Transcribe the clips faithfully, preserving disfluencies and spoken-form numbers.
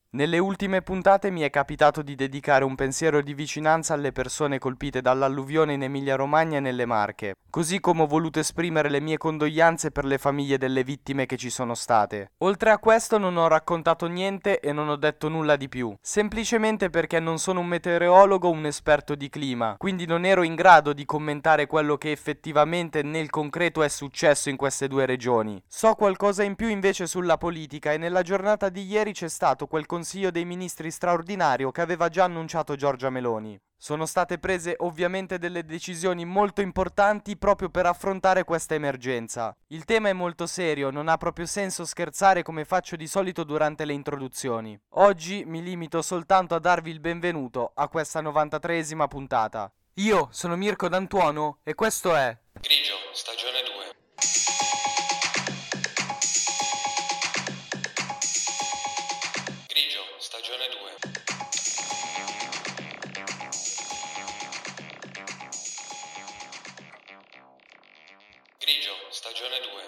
Nelle ultime puntate mi è capitato di dedicare un pensiero di vicinanza alle persone colpite dall'alluvione in Emilia-Romagna e nelle Marche, così come ho voluto esprimere le mie condoglianze per le famiglie delle vittime che ci sono state. Oltre a questo non ho raccontato niente e non ho detto nulla di più, semplicemente perché non sono un meteorologo o un esperto di clima, quindi non ero in grado di commentare quello che effettivamente nel concreto è successo in queste due regioni. So qualcosa in più invece sulla politica e nella giornata di ieri c'è stato quel Consiglio dei Ministri straordinario che aveva già annunciato Giorgia Meloni. Sono state prese ovviamente delle decisioni molto importanti proprio per affrontare questa emergenza. Il tema è molto serio, non ha proprio senso scherzare come faccio di solito durante le introduzioni. Oggi mi limito soltanto a darvi il benvenuto a questa novantatreesima puntata. Io sono Mirko D'Antuono e questo è Grigio, stagione due. Grigio, stagione due. Grigio, stagione due.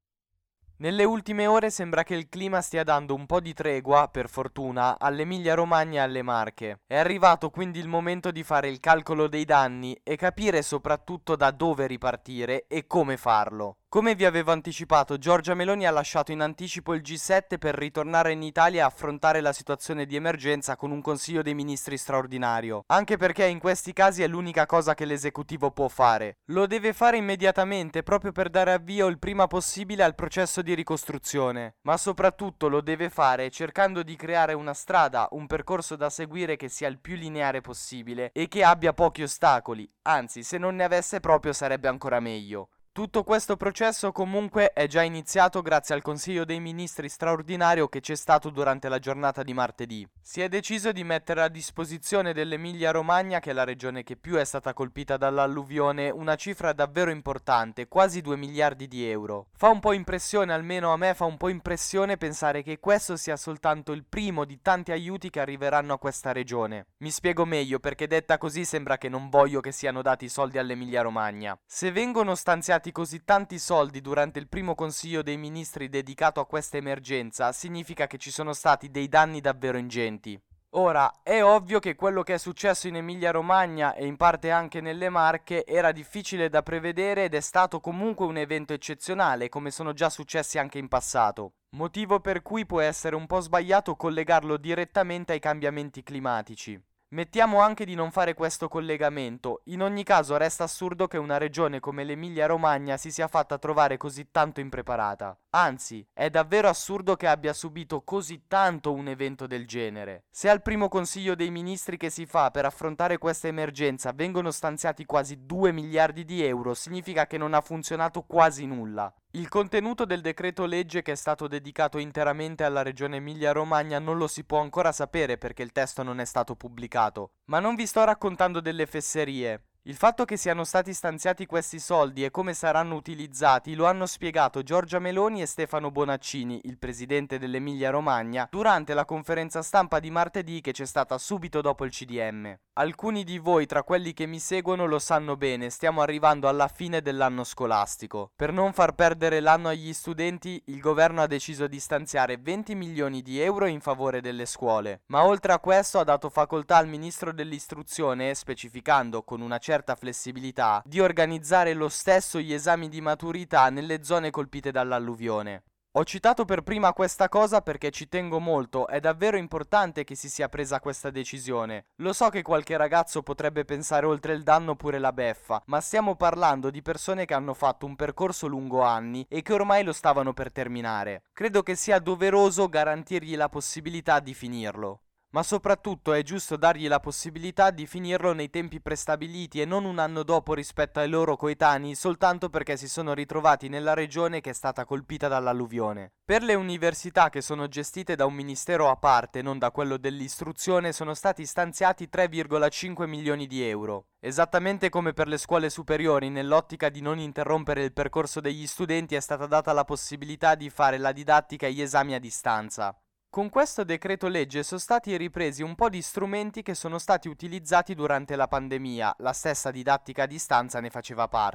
Nelle ultime ore sembra che il clima stia dando un po' di tregua, per fortuna, all'Emilia-Romagna e alle Marche. È arrivato quindi il momento di fare il calcolo dei danni e capire soprattutto da dove ripartire e come farlo. Come vi avevo anticipato, Giorgia Meloni ha lasciato in anticipo il G sette per ritornare in Italia e affrontare la situazione di emergenza con un Consiglio dei Ministri straordinario, anche perché in questi casi è l'unica cosa che l'esecutivo può fare. Lo deve fare immediatamente proprio per dare avvio il prima possibile al processo di ricostruzione, ma soprattutto lo deve fare cercando di creare una strada, un percorso da seguire che sia il più lineare possibile e che abbia pochi ostacoli, anzi se non ne avesse proprio sarebbe ancora meglio. Tutto questo processo comunque è già iniziato grazie al Consiglio dei Ministri straordinario che c'è stato durante la giornata di martedì. Si è deciso di mettere a disposizione dell'Emilia-Romagna, che è la regione che più è stata colpita dall'alluvione, una cifra davvero importante, quasi due miliardi di euro. Fa un po' impressione, almeno a me fa un po' impressione pensare che questo sia soltanto il primo di tanti aiuti che arriveranno a questa regione. Mi spiego meglio, perché detta così sembra che non voglio che siano dati soldi all'Emilia-Romagna. Se vengono stanziati così tanti soldi durante il primo Consiglio dei Ministri dedicato a questa emergenza, significa che ci sono stati dei danni davvero ingenti. Ora, è ovvio che quello che è successo in Emilia-Romagna e in parte anche nelle Marche era difficile da prevedere ed è stato comunque un evento eccezionale, come sono già successi anche in passato. Motivo per cui può essere un po' sbagliato collegarlo direttamente ai cambiamenti climatici. Mettiamo anche di non fare questo collegamento, in ogni caso resta assurdo che una regione come l'Emilia-Romagna si sia fatta trovare così tanto impreparata. Anzi, è davvero assurdo che abbia subito così tanto un evento del genere. Se al primo Consiglio dei Ministri che si fa per affrontare questa emergenza vengono stanziati quasi due miliardi di euro, significa che non ha funzionato quasi nulla. Il contenuto del decreto legge che è stato dedicato interamente alla regione Emilia-Romagna non lo si può ancora sapere perché il testo non è stato pubblicato, ma non vi sto raccontando delle fesserie. Il fatto che siano stati stanziati questi soldi e come saranno utilizzati lo hanno spiegato Giorgia Meloni e Stefano Bonaccini, il presidente dell'Emilia-Romagna, durante la conferenza stampa di martedì che c'è stata subito dopo il C D M. Alcuni di voi tra quelli che mi seguono lo sanno bene, stiamo arrivando alla fine dell'anno scolastico. Per non far perdere l'anno agli studenti, il governo ha deciso di stanziare venti milioni di euro in favore delle scuole, ma oltre a questo ha dato facoltà al ministro dell'istruzione, specificando con una certa flessibilità, di organizzare lo stesso gli esami di maturità nelle zone colpite dall'alluvione. Ho citato per prima questa cosa perché ci tengo molto, è davvero importante che si sia presa questa decisione. Lo so che qualche ragazzo potrebbe pensare oltre il danno pure la beffa, ma stiamo parlando di persone che hanno fatto un percorso lungo anni e che ormai lo stavano per terminare. Credo che sia doveroso garantirgli la possibilità di finirlo. Ma soprattutto è giusto dargli la possibilità di finirlo nei tempi prestabiliti e non un anno dopo rispetto ai loro coetanei soltanto perché si sono ritrovati nella regione che è stata colpita dall'alluvione. Per le università che sono gestite da un ministero a parte, non da quello dell'istruzione, sono stati stanziati tre virgola cinque milioni di euro. Esattamente come per le scuole superiori, nell'ottica di non interrompere il percorso degli studenti, è stata data la possibilità di fare la didattica e gli esami a distanza. Con questo decreto legge sono stati ripresi un po' di strumenti che sono stati utilizzati durante la pandemia, la stessa didattica a distanza ne faceva parte.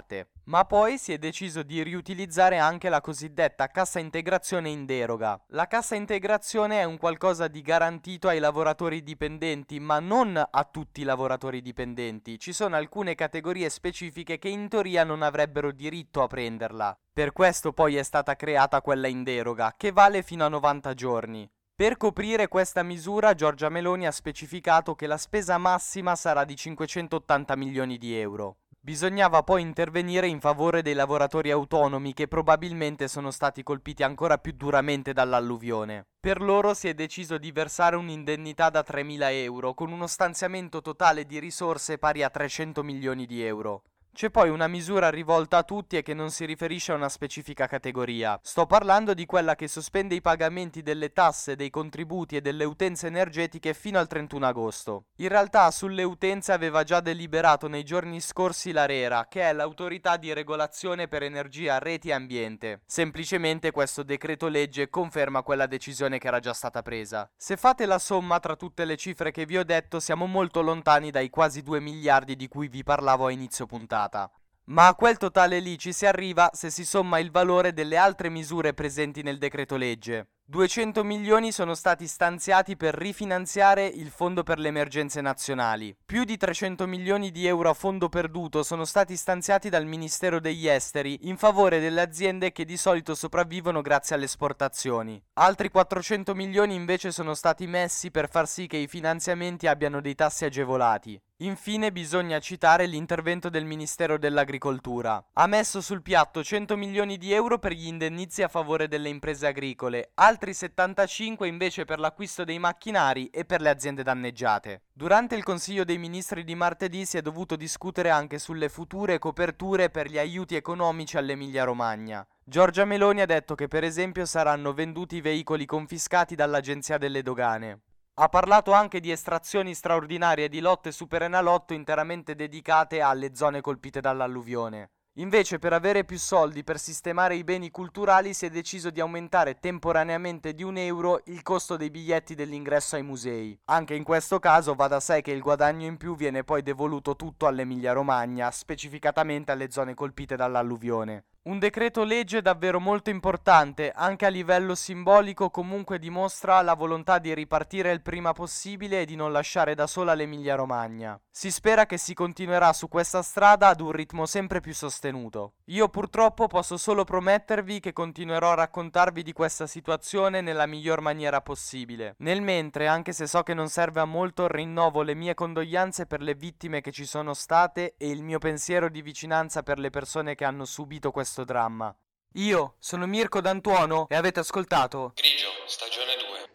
Ma poi si è deciso di riutilizzare anche la cosiddetta cassa integrazione in deroga. La cassa integrazione è un qualcosa di garantito ai lavoratori dipendenti, ma non a tutti i lavoratori dipendenti. Ci sono alcune categorie specifiche che in teoria non avrebbero diritto a prenderla. Per questo poi è stata creata quella in deroga, che vale fino a novanta giorni. Per coprire questa misura, Giorgia Meloni ha specificato che la spesa massima sarà di cinquecentottanta milioni di euro. Bisognava poi intervenire in favore dei lavoratori autonomi che probabilmente sono stati colpiti ancora più duramente dall'alluvione. Per loro si è deciso di versare un'indennità da tremila euro con uno stanziamento totale di risorse pari a trecento milioni di euro. C'è poi una misura rivolta a tutti e che non si riferisce a una specifica categoria. Sto parlando di quella che sospende i pagamenti delle tasse, dei contributi e delle utenze energetiche fino al trentuno agosto. In realtà sulle utenze aveva già deliberato nei giorni scorsi l'ARERA, che è l'autorità di regolazione per energia, reti e ambiente. Semplicemente questo decreto legge conferma quella decisione che era già stata presa. Se fate la somma tra tutte le cifre che vi ho detto, siamo molto lontani dai quasi due miliardi di cui vi parlavo a inizio puntata. Ma a quel totale lì ci si arriva se si somma il valore delle altre misure presenti nel decreto legge. duecento milioni sono stati stanziati per rifinanziare il Fondo per le emergenze nazionali. Più di trecento milioni di euro a fondo perduto sono stati stanziati dal Ministero degli Esteri in favore delle aziende che di solito sopravvivono grazie alle esportazioni. Altri quattrocento milioni invece sono stati messi per far sì che i finanziamenti abbiano dei tassi agevolati. Infine bisogna citare l'intervento del Ministero dell'Agricoltura. Ha messo sul piatto cento milioni di euro per gli indennizzi a favore delle imprese agricole, altri settantacinque invece per l'acquisto dei macchinari e per le aziende danneggiate. Durante il Consiglio dei Ministri di martedì si è dovuto discutere anche sulle future coperture per gli aiuti economici all'Emilia-Romagna. Giorgia Meloni ha detto che per esempio saranno venduti i veicoli confiscati dall'Agenzia delle Dogane. Ha parlato anche di estrazioni straordinarie di lotte Superenalotto interamente dedicate alle zone colpite dall'alluvione. Invece, per avere più soldi per sistemare i beni culturali, si è deciso di aumentare temporaneamente di un euro il costo dei biglietti dell'ingresso ai musei. Anche in questo caso va da sé che il guadagno in più viene poi devoluto tutto all'Emilia-Romagna, specificatamente alle zone colpite dall'alluvione. Un decreto legge davvero molto importante, anche a livello simbolico comunque dimostra la volontà di ripartire il prima possibile e di non lasciare da sola l'Emilia Romagna. Si spera che si continuerà su questa strada ad un ritmo sempre più sostenuto. Io purtroppo posso solo promettervi che continuerò a raccontarvi di questa situazione nella miglior maniera possibile. Nel mentre, anche se so che non serve a molto, rinnovo le mie condoglianze per le vittime che ci sono state e il mio pensiero di vicinanza per le persone che hanno subito questo dramma. Io sono Mirko D'Antuono e avete ascoltato Grigio, stagione due.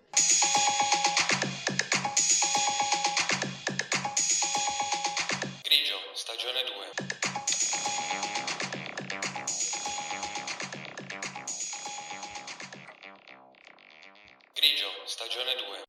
Grigio, stagione due. Grigio, stagione due.